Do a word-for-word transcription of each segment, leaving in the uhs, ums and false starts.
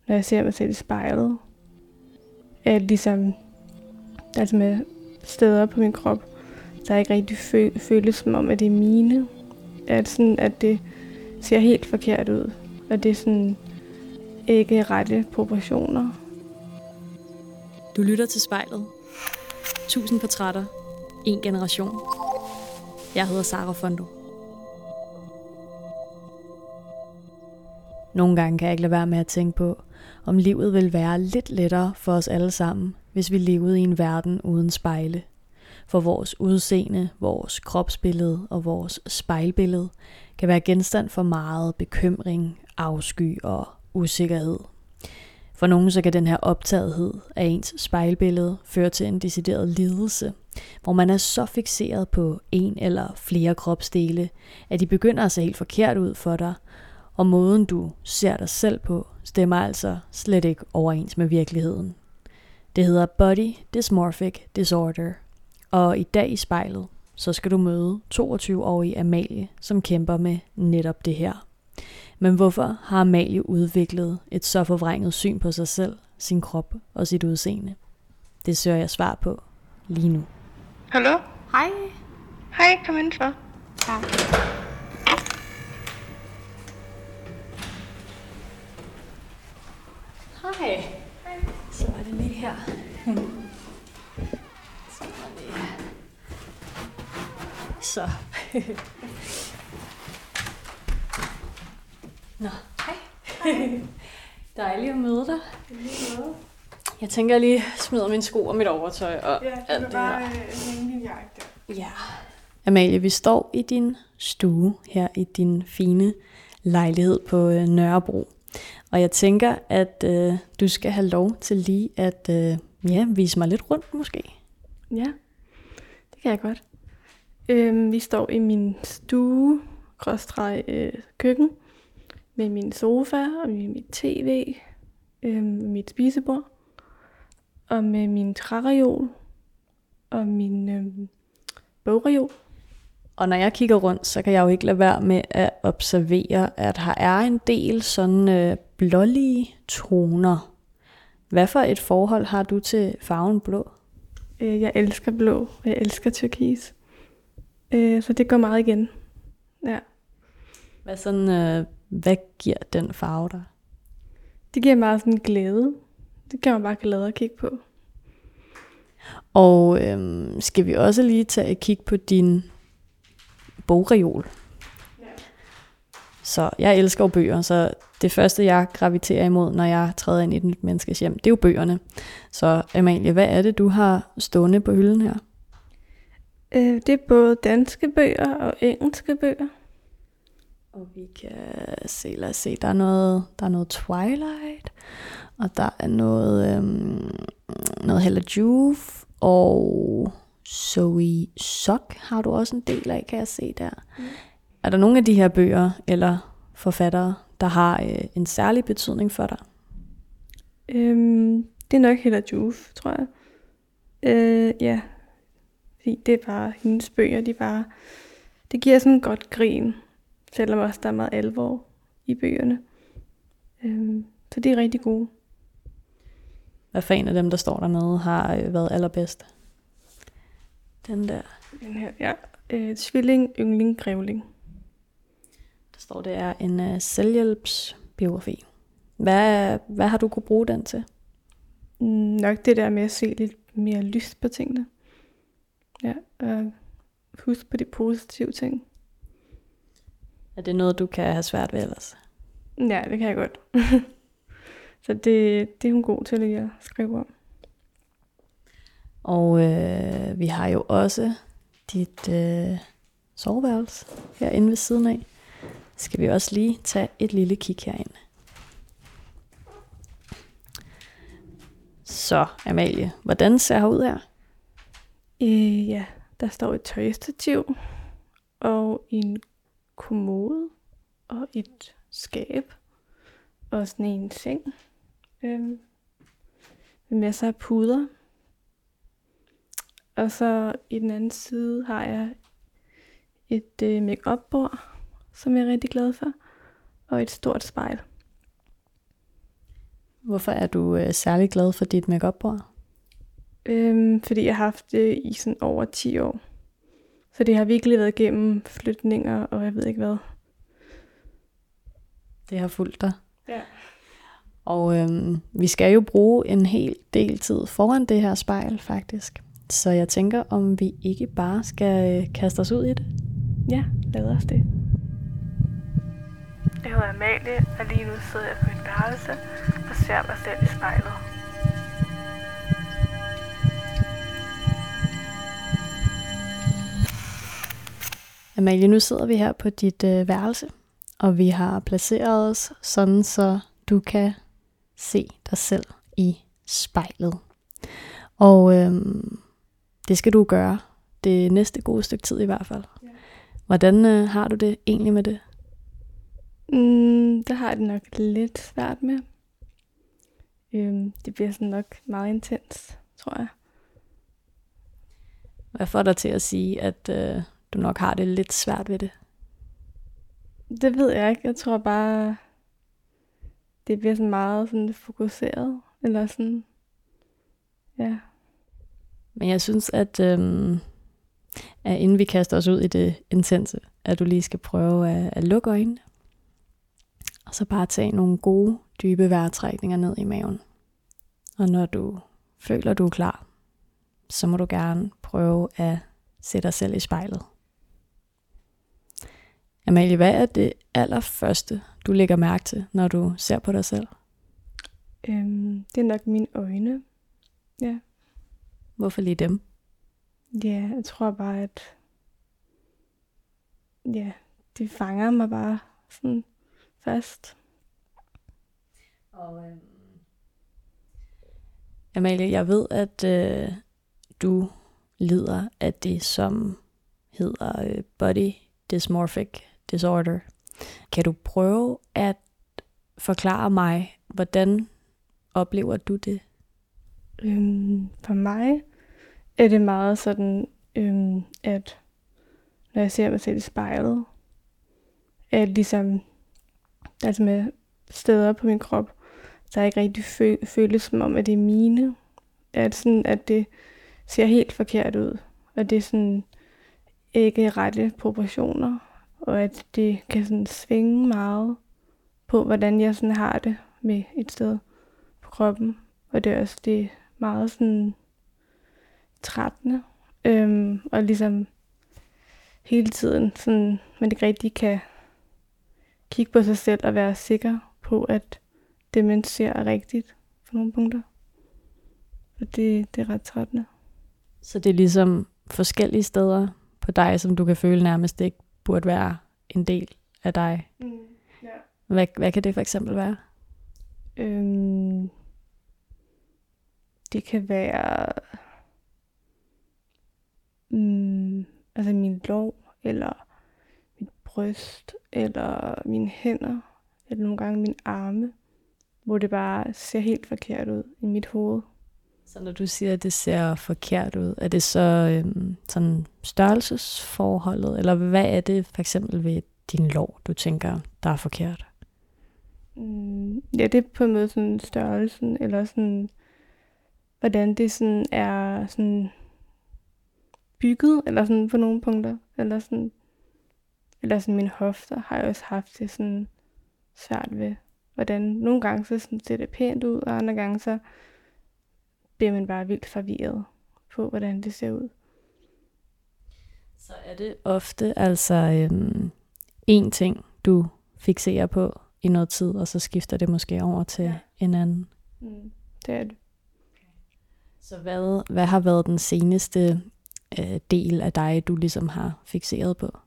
når jeg ser mig selv i spejlet. At ligesom, der er ligesom steder på min krop, der ikke rigtig fø- føles som om, at det er mine. At, sådan, at det ser helt forkert ud. Og det er sådan ikke rette proportioner. Du lytter til Spejlet. Tusind portrætter. En generation. Jeg hedder Sara Fondo. Nogle gange kan jeg ikke lade være med at tænke på, om livet vil være lidt lettere for os alle sammen, hvis vi levede i en verden uden spejle. For vores udseende, vores kropsbillede og vores spejlbillede kan være genstand for meget bekymring, afsky og usikkerhed. For nogen så kan den her optagethed af ens spejlbillede føre til en decideret lidelse, hvor man er så fikseret på en eller flere kropsdele, at de begynder at se helt forkert ud for dig, og måden du ser dig selv på, stemmer altså slet ikke overens med virkeligheden. Det hedder Body Dysmorphic Disorder, og i dag i Spejlet, så skal du møde toogtyve-årige Amalie, som kæmper med netop det her. Men hvorfor har Amalie udviklet et så forvrænget syn på sig selv, sin krop og sit udseende? Det søger jeg svar på lige nu. Hallo? Hej. Hej, kom indenfor. Ja. Hej. Så er det lige her. Så er det... Så. Nå, hej. Dejligt at møde dig. Jeg tænker, jeg lige smider mine sko og mit overtøj og Ja, alt det bare her. hænge din jakke der. Ja. Amalie, vi står i din stue her i din fine lejlighed på øh, Nørrebro. Og jeg tænker, at øh, du skal have lov til lige at øh, ja, vise mig lidt rundt måske. Ja, det kan jeg godt. Øhm, vi står i min stue, skråstreg øh, køkken, med min sofa og med mit tv, øh, med mit spisebord, og med min træreol og min øh, bogreol. Og når jeg kigger rundt, så kan jeg jo ikke lade være med at observere, at her er en del sådan øh, blålige toner. Hvad for et forhold har du til farven blå? Øh, jeg elsker blå, og jeg elsker turkis. Øh, så det går meget igen. Ja. Hvad, sådan, øh, hvad giver den farve dig? Det giver meget sådan glæde. Det kan man bare glæde at kigge på. Og øh, skal vi også lige tage et kig på din bogreol? Ja. Så jeg elsker jo bøger, så det første jeg graviterer imod, når jeg træder ind i et nyt menneskes hjem, det er jo bøgerne. Så Amalie, hvad er det, du har stående på hylden her? Øh, det er både danske bøger og engelske bøger. Og vi kan se, lad os se, der er noget, der er noget Twilight, og der er noget, øhm, noget Hella Juf, og Zoe Sok har du også en del af, kan jeg se der. Mm. Er der nogle af de her bøger eller forfattere, der har øh, en særlig betydning for dig? Øhm, det er nok Hella Juf, tror jeg. Øh, ja, fordi det er bare hendes bøger, de bare, det giver sådan en godt grin, selvom også der er meget alvor i bøgerne. Øhm, så det er rigtig gode. Hvad for en af dem, der står dernede, har øh, været allerbedst? Den der. Den her, ja. Øh, Tvilling, yngling, grævling. Der står, det er en uh, selvhjælpsbiografi. Hvad, hvad har du kunne bruge den til? Mm, nok det der med at se lidt mere lyst på tingene. Ja, og husk på de positive ting. Er det noget, du kan have svært ved ellers? Ja, det kan jeg godt. Så det, det er hun god til lige at skrive om. Og øh, vi har jo også dit øh, soveværelse herinde ved siden af. Skal vi også lige tage et lille kig herind. Så Amalie, hvordan ser her ud her? Øh, ja, der står et tøjstativ og en kommode og et skab og sådan en seng øhm, med masser af puder. Og så i den anden side har jeg et øh, make-up-bord, som jeg er rigtig glad for, og et stort spejl. Hvorfor er du øh, særlig glad for dit make-up-bord? Øhm, fordi jeg har haft det i sådan over ti år. Så det har virkelig været gennem flytninger, og jeg ved ikke hvad. Det har fulgt dig. Ja. Og øhm, vi skal jo bruge en hel del tid foran det her spejl, faktisk. Så jeg tænker, om vi ikke bare skal øh, kaste os ud i det. Ja, lad os det. Jeg hedder Amalie, og lige nu sidder jeg på mit værelse og ser mig selv i spejlet. Amalie, nu sidder vi her på dit øh, værelse, og vi har placeret os sådan, så du kan se dig selv i spejlet. Og øhm, det skal du gøre det næste gode stykke tid i hvert fald. Ja. Hvordan øh, har du det egentlig med det? Mm, det har jeg det nok lidt svært med. Øhm, det bliver sådan nok meget intens, tror jeg. Hvad får dig til at sige, at øh, du nok har det lidt svært ved det? Det ved jeg ikke. Jeg tror bare, det bliver sådan meget sådan fokuseret. Eller sådan, ja. Men jeg synes, at, øhm, at inden vi kaster os ud i det intense, at du lige skal prøve at, at lukke øjnene. Og så bare tage nogle gode, dybe vejrtrækninger ned i maven. Og når du føler, du er klar, så må du gerne prøve at sætte dig selv i spejlet. Amalie, hvad er det allerførste, du lægger mærke til, når du ser på dig selv? Øhm, det er nok mine øjne. Ja. Hvorfor lige dem? Ja, jeg tror bare, at ja, det fanger mig bare sådan fast. Og, øhm... Amalie, jeg ved, at øh, du lider af det, som hedder øh, body dysmorphic disorder. Kan du prøve at forklare mig, hvordan oplever du det? Øhm, for mig er det meget sådan, øhm, at når jeg ser mig selv i spejlet, at ligesom, altså med steder på min krop, der ikke rigtig fø- føles som om, at det er mine. At, sådan, at det ser helt forkert ud. Og det er sådan ikke rette proportioner. Og at det kan sådan svinge meget på, hvordan jeg sådan har det med et sted på kroppen. Og det er også det meget sådan trættende. Øhm, og ligesom hele tiden, sådan, man ikke rigtig kan kigge på sig selv og være sikker på, at det, man ser, er rigtigt på nogle punkter. Og det, det er ret trættende. Så det er ligesom forskellige steder på dig, som du kan føle nærmest ikke burde være en del af dig. Mm, ja. Hvad, hvad kan det for eksempel være? Øhm, det kan være mm, altså min lår, eller mit bryst, eller mine hænder, eller nogle gange mine arme, hvor det bare ser helt forkert ud i mit hoved. Så når du siger, at det ser forkert ud, er det så øhm, sådan størrelsesforholdet, eller hvad er det for eksempel ved din lår, du tænker, der er forkert? Mm, ja, det er på en måde sådan størrelsen, eller sådan, hvordan det sådan er sådan bygget, eller sådan på nogle punkter, eller sådan, eller sådan mine hofter har jeg også haft det sådan svært ved, hvordan nogle gange så sådan ser det pænt ud, og andre gange så bliver man bare vildt forvirret på, hvordan det ser ud. Så er det ofte altså øhm, en ting, du fikserer på i noget tid, og så skifter det måske over til ja. en anden? Mm, det er det. Så hvad, hvad har været den seneste øh, del af dig, du ligesom har fikseret på?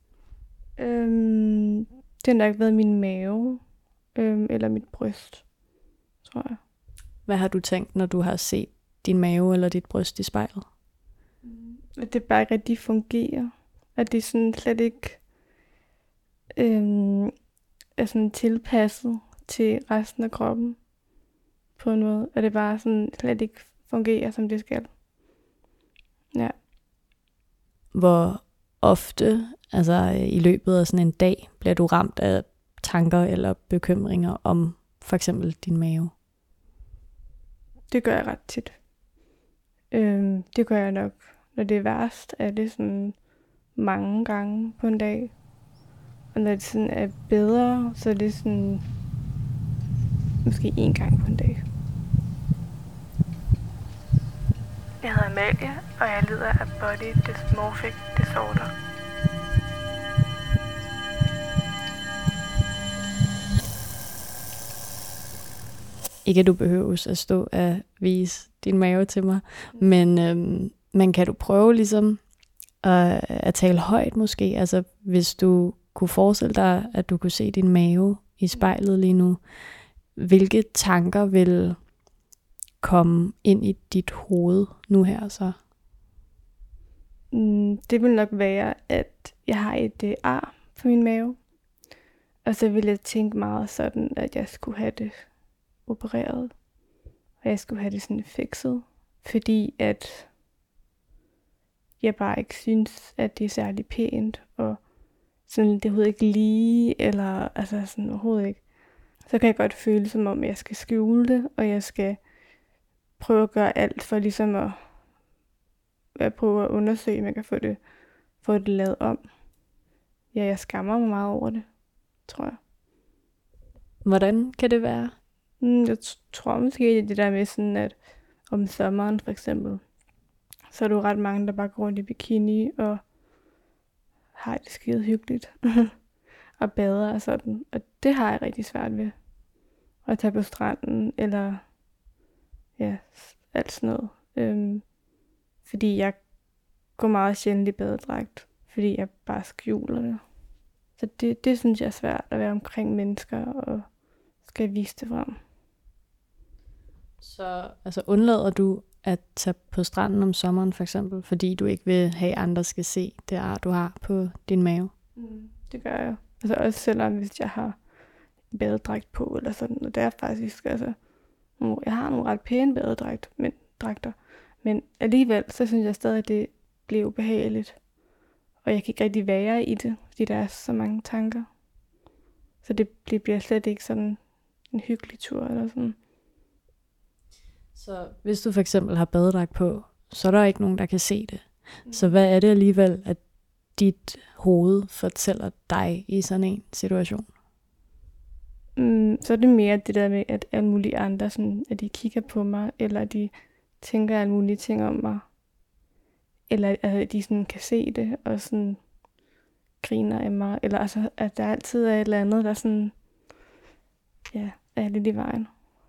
Øhm, det har nok været min mave, øhm, eller mit bryst, tror jeg. Hvad har du tænkt, når du har set din mave eller dit bryst i spejlet? At det bare ikke rigtig fungerer. At det sådan slet ikke øhm, er sådan tilpasset til resten af kroppen på en måde. At det bare sådan slet ikke fungerer, som det skal. Ja. Hvor ofte, altså i løbet af sådan en dag, bliver du ramt af tanker eller bekymringer om for eksempel din mave? det gør jeg ret tit. Øhm, det gør jeg nok, når det er værst, er det sådan mange gange på en dag. Og når det sådan er bedre, så er det sådan måske én gang på en dag. Jeg hedder Amalie, og jeg lider af body dysmorphic disorder. Ikke at du behøves at stå og vise din mave til mig, men øhm, man kan du prøve ligesom at, at tale højt måske, altså hvis du kunne forestille dig, at du kunne se din mave i spejlet lige nu, hvilke tanker vil komme ind i dit hoved nu her så? Mm, det vil nok være, at jeg har et øh, ar på min mave, og så vil jeg tænke meget sådan, at jeg skulle have det opereret, og jeg skulle have det sådan fikset, fordi at jeg bare ikke synes, at det er særlig pænt, og sådan det er overhovedet ikke lige, eller altså sådan overhovedet ikke. Så kan jeg godt føle som om, jeg skal skjule det, og jeg skal prøve at gøre alt for ligesom at, at prøve at undersøge, om jeg kan få det, få det lavet om. Ja, jeg skammer mig meget over det, tror jeg. Hvordan kan det være? Jeg tror måske det der med sådan, at om sommeren for eksempel, så er der jo ret mange, der bare går rundt i bikini og har det skide hyggeligt og bader og sådan. Og det har jeg rigtig svært ved. At tage på stranden eller ja, alt sådan noget. Øhm, fordi jeg går meget sjældent i badedragt, fordi jeg bare skjuler det. Så det, det synes jeg er svært at være omkring mennesker og skal vise det frem. Så altså undlader du at tage på stranden om sommeren for eksempel, fordi du ikke vil have andre skal se det ar, du har på din mave? Mm, det gør jeg. Altså også selvom hvis jeg har en badedragt på eller sådan, og det er faktisk, altså, jeg har nogle ret pæne badedragt, men, dragter, men alligevel, så synes jeg stadig, at det bliver ubehageligt. Og jeg kan ikke rigtig være i det, fordi der er så mange tanker. Så det, det bliver slet ikke sådan en hyggelig tur eller sådan. Så hvis du for eksempel har badedragt på, så er der ikke nogen, der kan se det. Mm. Så hvad er det alligevel, at dit hoved fortæller dig i sådan en situation? Mm, så er det mere det der med, at alle mulige andre, sådan, at de kigger på mig, eller at de tænker alle mulige ting om mig. Eller at de sådan kan se det, og sådan griner af mig. Eller altså, at der altid er et eller andet, der sådan, ja, er lidt i vejen.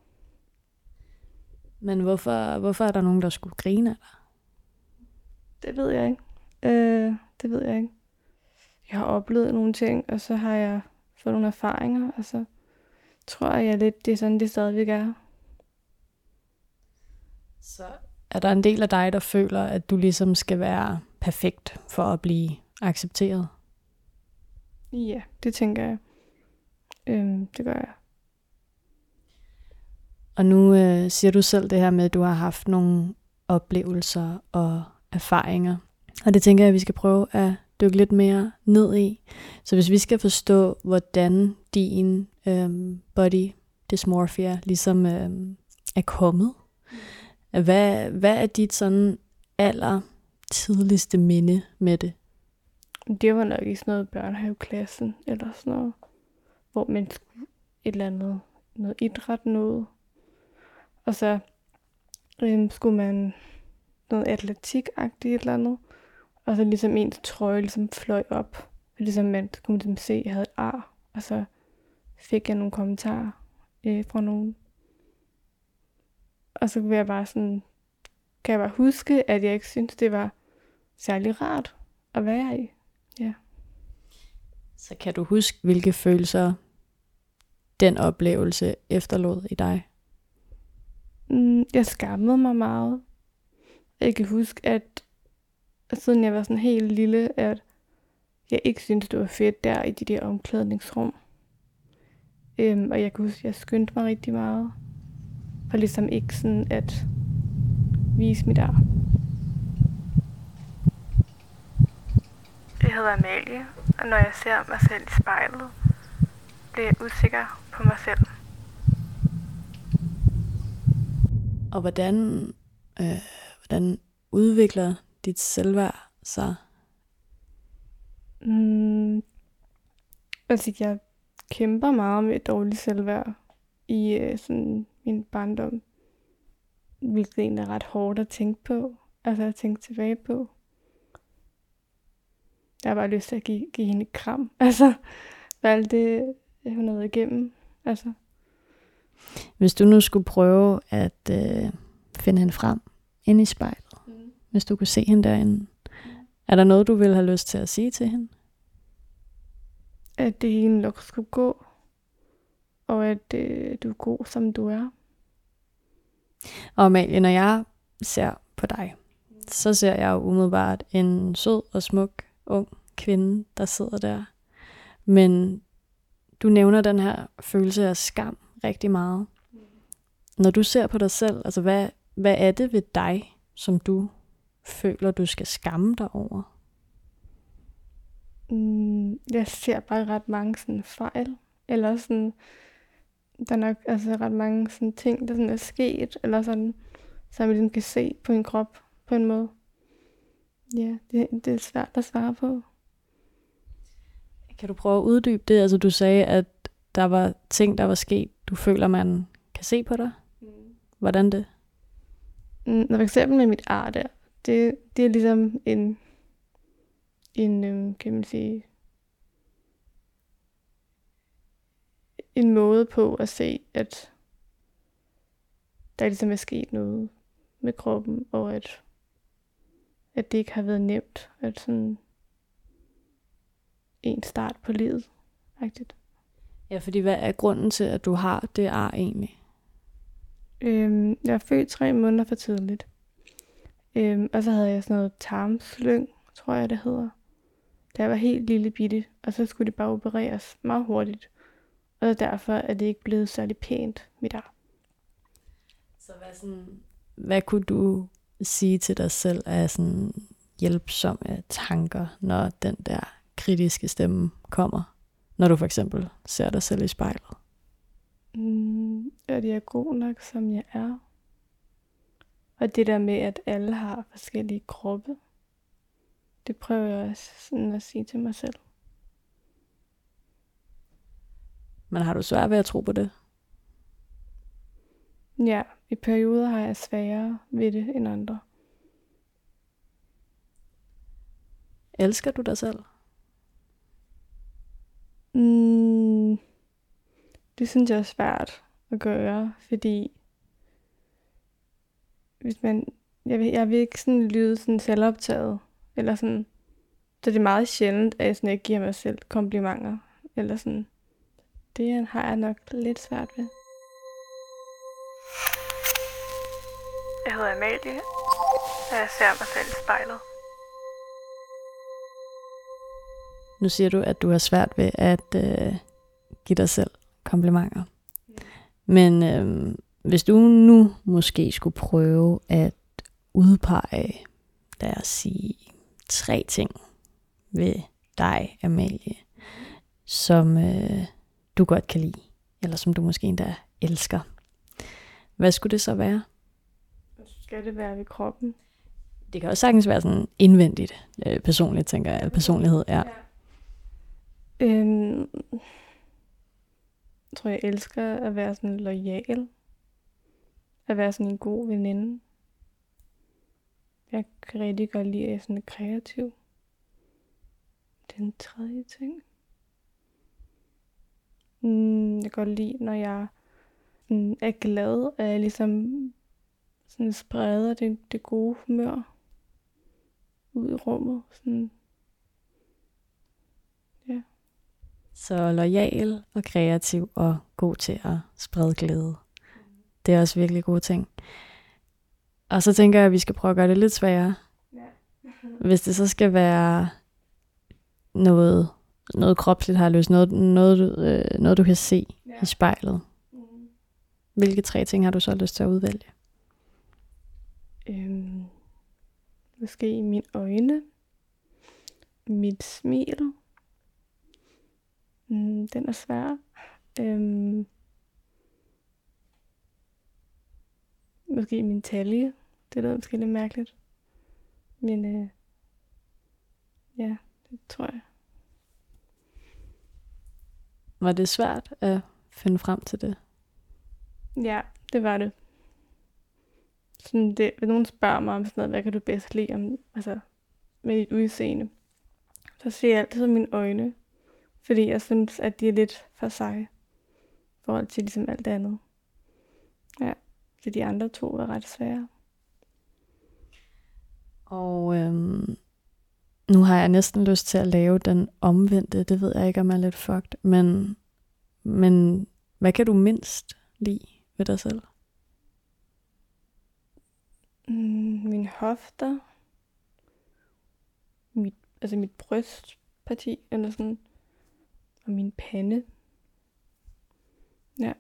Men hvorfor, hvorfor er der nogen, der skulle grine af dig? Det ved jeg ikke. Øh, det ved jeg ikke. Jeg har oplevet nogle ting, og så har jeg fået nogle erfaringer, og så tror jeg lidt, det er sådan, det stadigvæk er. Så er der en del af dig, der føler, at du ligesom skal være perfekt for at blive accepteret? Ja, det tænker jeg. Øhm, det gør jeg. Og nu øh, siger du selv det her med, at du har haft nogle oplevelser og erfaringer. Og det tænker jeg, at vi skal prøve at dykke lidt mere ned i. Så hvis vi skal forstå, hvordan din øh, body dysmorphia ligesom øh, er kommet, hvad, hvad er dit sådan aller tidligste minde med det? Det var nok i sådan noget børnehaveklassen, eller sådan noget, hvor man skulle et eller andet, noget idræt noget. Og så øhm, skulle man noget atletikagtigt et eller andet. Og så ligesom ens trøje ligesom fløj op. Og ligesom man kunne ligesom se, at jeg havde et ar. Og så fik jeg nogle kommentarer øh, fra nogen. Og så kunne jeg bare sådan, kan jeg bare huske, at jeg ikke syntes, det var særlig rart at være i. Ja. Så kan du huske, hvilke følelser den oplevelse efterlod i dig? Mm, jeg skammede mig meget. Jeg kan huske, at siden jeg var sådan helt lille, at jeg ikke syntes, det var fedt der i de der omklædningsrum. Øhm, og jeg kan huske, at jeg skyndte mig rigtig meget. For ligesom ikke sådan at vise mit ar. Jeg hedder Amalie, og når jeg ser mig selv i spejlet, bliver jeg usikker på mig selv. Og hvordan, øh, hvordan udvikler dit selvværd sig? Mm, altså, jeg kæmper meget med dårligt selvværd i øh, sådan min barndom. Hvilket egentlig er ret hårdt at tænke på. Altså at tænke tilbage på. Jeg har bare lyst til at give, give hende et kram. Altså, hvad alt det, hun har været igennem. Altså. Hvis du nu skulle prøve at øh, finde hende frem inde i spejlet. Mm. Hvis du kunne se hende derinde. Mm. Er der noget, du ville have lyst til at sige til hende? At det hele nok skulle gå. Og at øh, du er god, som du er. Og Amalie, når jeg ser på dig, så ser jeg jo umiddelbart en sød og smuk ung kvinde, der sidder der. Men du nævner den her følelse af skam rigtig meget. Når du ser på dig selv, altså hvad, hvad er det ved dig, som du føler, du skal skamme dig over? Mm, jeg ser bare ret mange sådan fejl. Eller sådan, der er nok altså, ret mange sådan ting, der sådan er sket. Eller sådan, som man kan se på en krop på en måde. Ja, det, det er svært at svare på. Kan du prøve at uddybe det? Altså du sagde, at der var ting, der var sket, du føler, man kan se på dig. Mm. Hvordan det? Mm, for eksempel med mit ar der, det, det er ligesom en, en øhm, kan man sige, en måde på at se, at der ligesom er sket noget med kroppen, og at, at det ikke har været nemt, at sådan en start på livet, rigtigt. Ja, fordi hvad er grunden til, at du har det ar egentlig? Øhm, jeg er født tre måneder for tidligt. Øhm, og så havde jeg sådan noget tarmslyng, tror jeg det hedder. Da jeg var helt lille bitte, og så skulle det bare opereres meget hurtigt. Og derfor er det ikke blevet særlig pænt, mit ar. Så hvad, sådan, hvad kunne du sige til dig selv af sådan hjælpsomme tanker, når den der kritiske stemme kommer? Når du for eksempel ser dig selv i spejlet? Mm, at jeg er god nok, som jeg er. Og det der med, at alle har forskellige kroppe. Det prøver jeg også sådan at sige til mig selv. Men har du svært ved at tro på det? Ja, i perioder har jeg sværere ved det end andre. Elsker du dig selv? Mm, det synes jeg er svært at gøre, fordi hvis man, jeg vil, jeg vil ikke sådan lyde sådan selvoptaget, eller sådan, så det er meget sjældent, at jeg sådan ikke giver mig selv komplimenter, eller sådan. Det har jeg nok lidt svært ved. Jeg hedder Amalie, og jeg ser mig selv i spejlet. Nu siger du, at du har svært ved at øh, give dig selv komplimenter. Mm. Men øh, hvis du nu måske skulle prøve at udpege, lad os sige, tre ting ved dig, Amalie, som øh, du godt kan lide, eller som du måske endda elsker. Hvad skulle det så være? Skal det være ved kroppen? Det kan også sagtens være sådan indvendigt, øh, personligt, tænker jeg, personlighed, ja. Øhm, jeg tror, jeg elsker at være sådan loyal. At være sådan en god veninde. Jeg kan rigtig godt lide at jeg sådan er kreativ. Den tredje ting. Mm, jeg kan godt lide, når jeg mm, er glad, at jeg ligesom sådan spreder det, det gode humør ud i rummet. Sådan. Ja. Så loyal og kreativ og god til at sprede glæde. Det er også virkelig gode ting. Og så tænker jeg, at vi skal prøve at gøre det lidt sværere. Ja. Hvis det så skal være noget, noget kropsligt har løst, noget, noget, øh, noget du kan se ja. i spejlet. Mm. Hvilke tre ting har du så lyst til at udvælge? Øhm, måske mine øjne, mit smil. Mm, den er svær. Øhm, måske min talje. Det lyder måske lidt mærkeligt. Men øh, ja, det tror jeg. Var det svært at finde frem til det? Ja, det var det. Sådan det, hvis nogen spørger mig om sådan noget, hvad kan du bedst lide om, altså, med dit udseende, så ser jeg altid mine øjne, fordi jeg synes, at de er lidt for seje i forhold til ligesom alt andet. Ja, så de andre to var ret svære. Og øhm, nu har jeg næsten lyst til at lave den omvendte, det ved jeg ikke, om jeg er lidt fucked, men, men hvad kan du mindst lide ved dig selv? Mm, mine hofter, mit, altså mit brystparti, eller sådan, og min pande. Ja.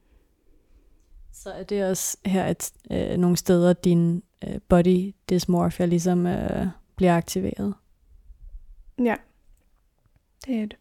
Så er det også her et, øh, nogle steder, din øh, body dysmorphia ligesom øh, bliver aktiveret? Ja, det er det.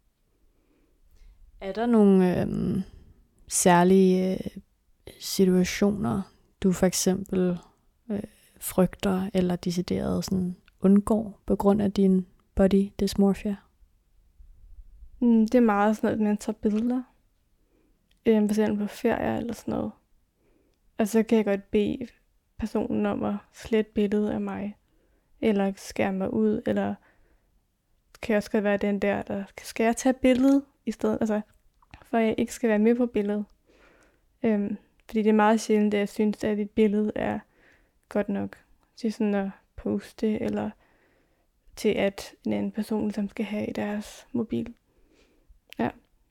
Er der nogle øh, særlige øh, situationer, du for eksempel øh, frygter eller decideret sådan undgår på grund af din body dysmorphia? Mm, det er meget sådan noget, at man tager billeder. Øh, for eksempel på ferie eller sådan noget. Og så kan jeg godt bede personen om at slette billedet af mig. Eller skære mig ud. Eller kan jeg også godt være den der, der skal jeg tage billedet i stedet. Altså, for jeg ikke skal være med på billedet. Øhm, fordi det er meget sjældent, at jeg synes, at et billede er godt nok til sådan at poste. Eller til at en anden person som skal have i deres mobil. Ja.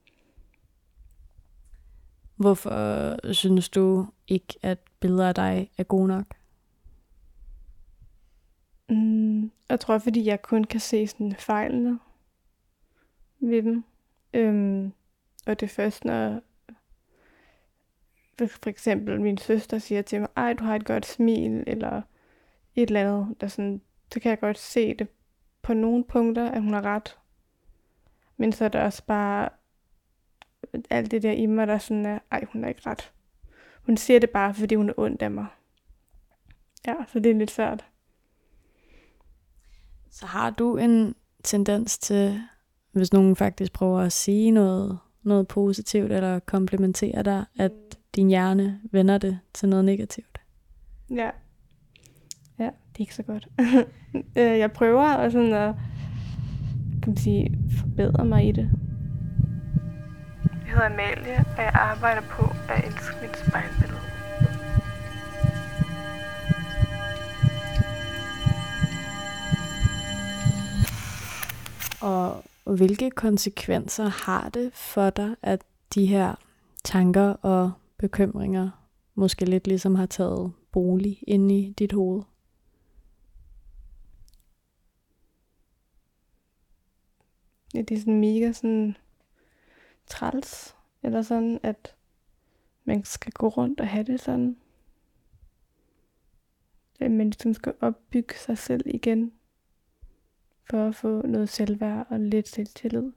Hvorfor synes du ikke, at billeder af dig er gode nok? Mm, jeg tror, fordi jeg kun kan se sådan fejlene ved dem. Øhm, og det er først, når for eksempel min søster siger til mig, ej, du har et godt smil, eller et eller andet, der sådan, så kan jeg godt se det på nogle punkter, at hun har ret. Men så er der også bare alt det der i mig, der sådan er, ej, hun har ikke ret. Hun siger det bare, fordi hun er ondt af mig. Ja, så det er lidt svært. Så har du en tendens til, hvis nogen faktisk prøver at sige noget, noget positivt, eller komplimentere dig, at din hjerne vender det til noget negativt? Ja. Ja, det er ikke så godt. Jeg prøver at, sådan at kan man sige, forbedre mig i det. Jeg hedder Amalie, og jeg arbejder på at elske mit spejlbillede. Og hvilke konsekvenser har det for dig, at de her tanker og bekymringer måske lidt ligesom har taget bolig inde i dit hoved? Ja, det er sådan mega sådan træls, eller sådan, at man skal gå rundt og have det sådan. At man ligesom skal opbygge sig selv igen, for at få noget selvværd og lidt selvtillid.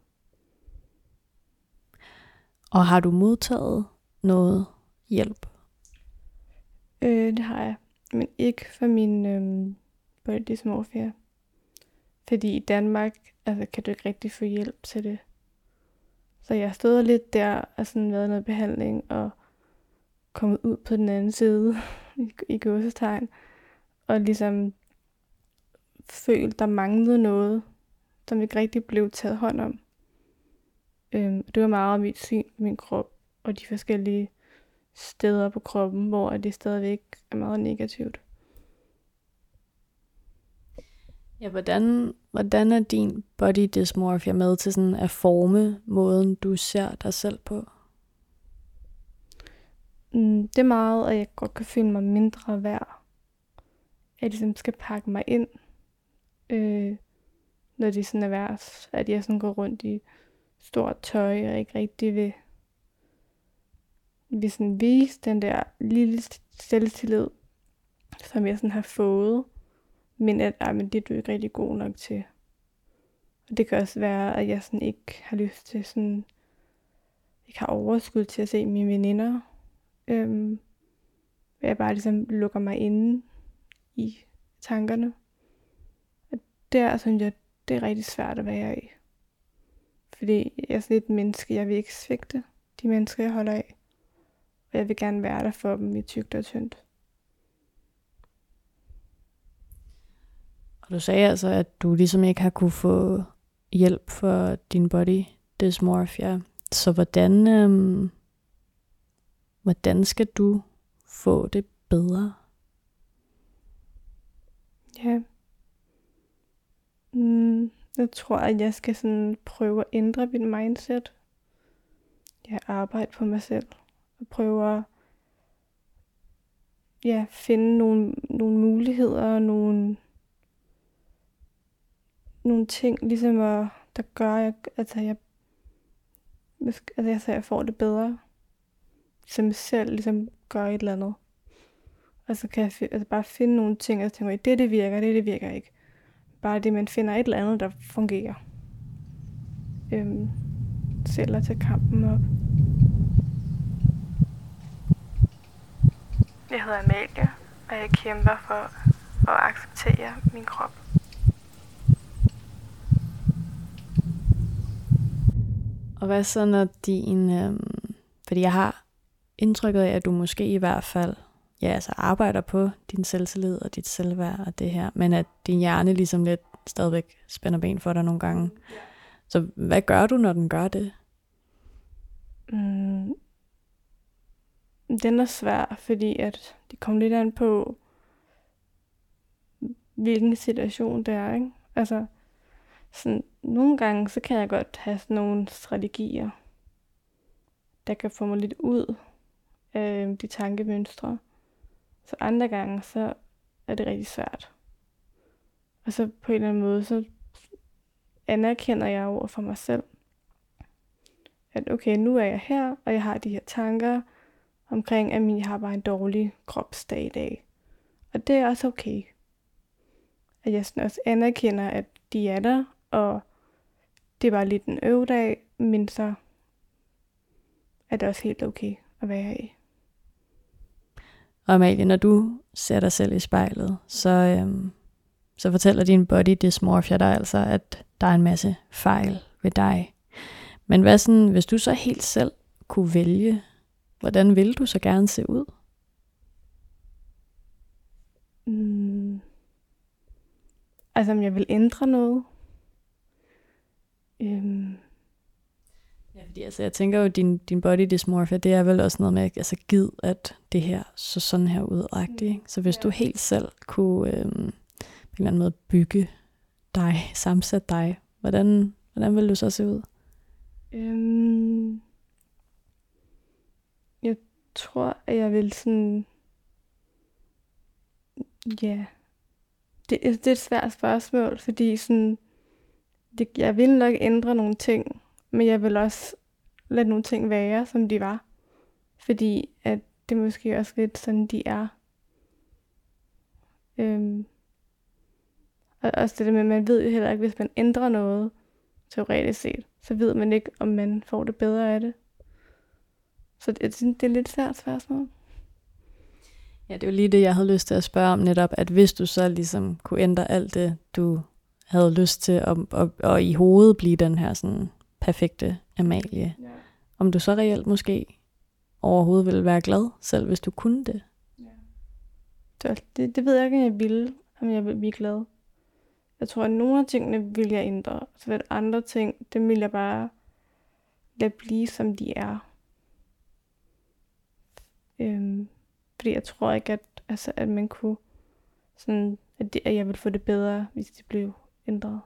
Og har du modtaget noget hjælp? Øh, det har jeg, men ikke for min øh, body dysmorphia. Fordi i Danmark altså, kan du ikke rigtig få hjælp til det. Så jeg stod lidt der og sådan været noget behandling og kommet ud på den anden side i, i gåsetegn. Og ligesom følte, der manglede noget, som ikke rigtig blev taget hånd om. Øhm, det var meget om mit syn på min krop og de forskellige steder på kroppen, hvor det stadigvæk er meget negativt. Ja, hvordan, hvordan er din body dysmorphia med til sådan at forme måden, du ser dig selv på? Mm, det er meget, at jeg godt kan føle mig mindre værd. At jeg ligesom skal pakke mig ind, øh, når det sådan er værst. At jeg sådan går rundt i stort tøj og ikke rigtig vil, vil sådan vise den der lille selvtillid, som jeg sådan har fået. Men at ej, men det er du ikke rigtig god nok til. Og det kan også være, at jeg sådan ikke har lyst til sådan, ikke har overskud til at se mine veninder. Øhm, jeg bare ligesom lukker mig inde i tankerne. Og der synes jeg, det er rigtig svært at være i. Fordi jeg er sådan et menneske, jeg vil ikke svigte de mennesker, jeg holder af. Og jeg vil gerne være der for dem i tykt og tyndt. Og du sagde altså, at du ligesom ikke har kunne få hjælp for din body dysmorphia. Så hvordan, øhm, hvordan skal du få det bedre? Ja. Mm, jeg tror, at jeg skal sådan prøve at ændre mit mindset. Ja, arbejde på mig selv. Og prøve at ja, finde nogle, nogle muligheder, nogle, nogle ting, ligesom at, der gør, at altså, jeg, altså, jeg får det bedre. Som jeg selv ligesom gør et eller andet. Og så kan jeg fi- altså bare finde nogle ting, og så tænker jeg, det det virker, det det virker ikke. Bare det, man finder et eller andet, der fungerer. Øhm, selv at tage kampen op. Jeg hedder Amalie, og jeg kæmper for at acceptere min krop. Og hvad så når din, øhm, fordi jeg har indtrykket af, at du måske i hvert fald ja, altså arbejder på din selvtillid og dit selvværd og det her, men at din hjerne ligesom lidt stadigvæk spænder ben for dig nogle gange. Ja. Så hvad gør du, når den gør det? Mm, den er svær, fordi at det kommer lidt an på, hvilken situation det er, ikke? Altså, sådan, nogle gange, så kan jeg godt have sådan nogle strategier, der kan få mig lidt ud af de tankemønstre. Så andre gange, så er det rigtig svært. Og så på en eller anden måde, så anerkender jeg over for mig selv, at okay, nu er jeg her, og jeg har de her tanker omkring, at jeg har bare en dårlig kropsdag i dag. Og det er også okay. At jeg sådan også anerkender, at de er der, og det er bare lidt en øvedag, men så er det også helt okay at være i. Og Amalie, når du ser dig selv i spejlet, så, øhm, så fortæller din body dysmorphia dig altså, at der er en masse fejl ved dig. Men hvad sådan, hvis du så helt selv kunne vælge, hvordan ville du så gerne se ud? Mm. Altså, om jeg vil ændre noget? Øhm. Ja, fordi altså, jeg tænker jo, din, din body dysmorphia, det er vel også noget med, altså gid, at det her så sådan her ud-agtigt. Så hvis ja. du helt selv kunne øhm, på en eller anden måde bygge dig, sammensætte dig, hvordan, hvordan ville du så se ud? Øhm. Jeg tror, at jeg vil sådan... Ja... Det, det er et svært spørgsmål, fordi sådan... Det, jeg vil nok ændre nogle ting, men jeg vil også lade nogle ting være, som de var. Fordi at det måske også lidt sådan, de er. Øhm. Og også det der med, at man ved jo heller ikke, hvis man ændrer noget, teoretisk set, så ved man ikke, om man får det bedre af det. Så det, det er lidt svært spørgsmål. Ja, det er jo lige det, jeg havde lyst til at spørge om netop, at hvis du så ligesom kunne ændre alt det, du havde lyst til, og, og, og i hovedet blive den her sådan perfekte Amalie, ja. Om du så reelt måske overhovedet ville være glad, selv hvis du kunne det? Ja. Det, det ved jeg ikke, om jeg ville, om jeg ville blive glad. Jeg tror, at nogle af tingene vil jeg ændre, så at andre ting, dem vil jeg bare lade blive, som de er. Øhm, fordi jeg tror ikke, at, altså, at man kunne, sådan, at, det, at jeg ville få det bedre, hvis det blev ændret.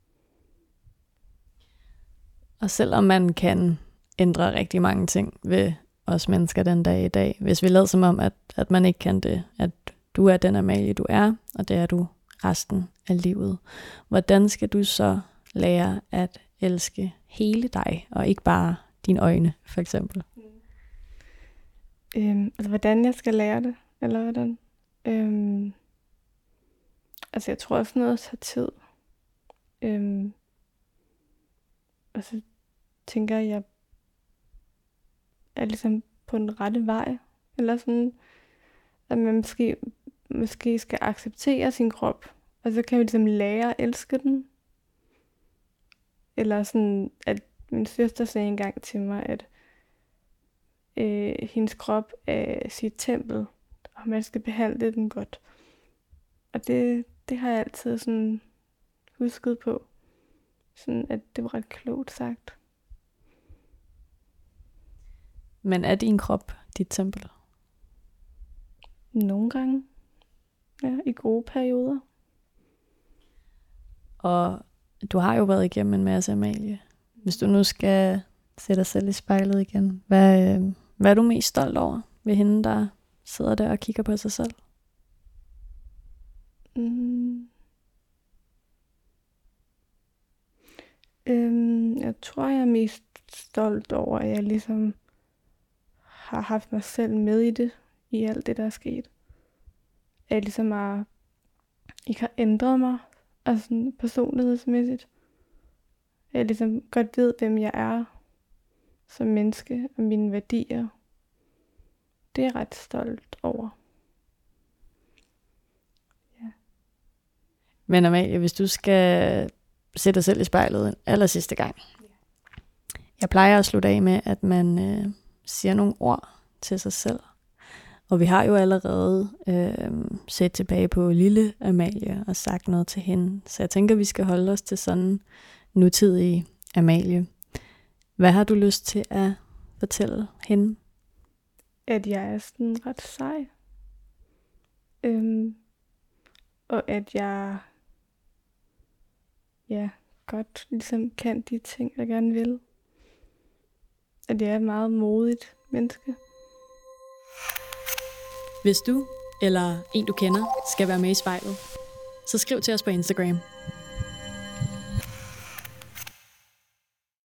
Og selvom man kan ændre rigtig mange ting ved os mennesker den dag i dag, hvis vi lader som om, at, at man ikke kan det, at du er den Amalie, du er, og det er du resten af livet. Hvordan skal du så lære at elske hele dig, og ikke bare dine øjne, for eksempel? Mm. Øhm, altså, hvordan jeg skal lære det, eller hvordan? Øhm, altså, jeg tror også noget tager tid. Øhm, og så tænker jeg, jeg er ligesom på den rette vej. Eller sådan, at man måske, måske skal acceptere sin krop, og så kan vi ligesom lære at elske den. Eller sådan, at min søster sagde engang til mig, at øh, hendes krop er sit tempel, og man skal behandle den godt. Og det, det har jeg altid sådan husket på. Sådan, at det var ret klogt sagt. Men er din krop dit tempel? Nogle gange. Ja, i gode perioder. Og du har jo været igennem en masse, Amalie. Hvis du nu skal sætte dig selv i spejlet igen, hvad, hvad er du mest stolt over ved hende, der sidder der og kigger på sig selv? Mm. Øhm, jeg tror, jeg er mest stolt over, at jeg ligesom har haft mig selv med i det, i alt det, der er sket. At jeg ligesom har, ikke har ændret mig, altså personlighedsmæssigt. At jeg ligesom godt ved, hvem jeg er som menneske, og mine værdier. Det er jeg ret stolt over. Ja. Men Amalie, hvis du skal sætte dig selv i spejlet en aller sidste gang. Jeg plejer at slutte af med, at man øh, siger nogle ord til sig selv. Og vi har jo allerede øh, set tilbage på lille Amalie og sagt noget til hende. Så jeg tænker, vi skal holde os til sådan nutidige Amalie. Hvad har du lyst til at fortælle hende? At jeg er sådan ret sej. Øhm, og at jeg ja, godt ligesom kan de ting, jeg gerne vil. At jeg er et meget modigt menneske. Hvis du eller en du kender skal være med i spejlet, så skriv til os på Instagram.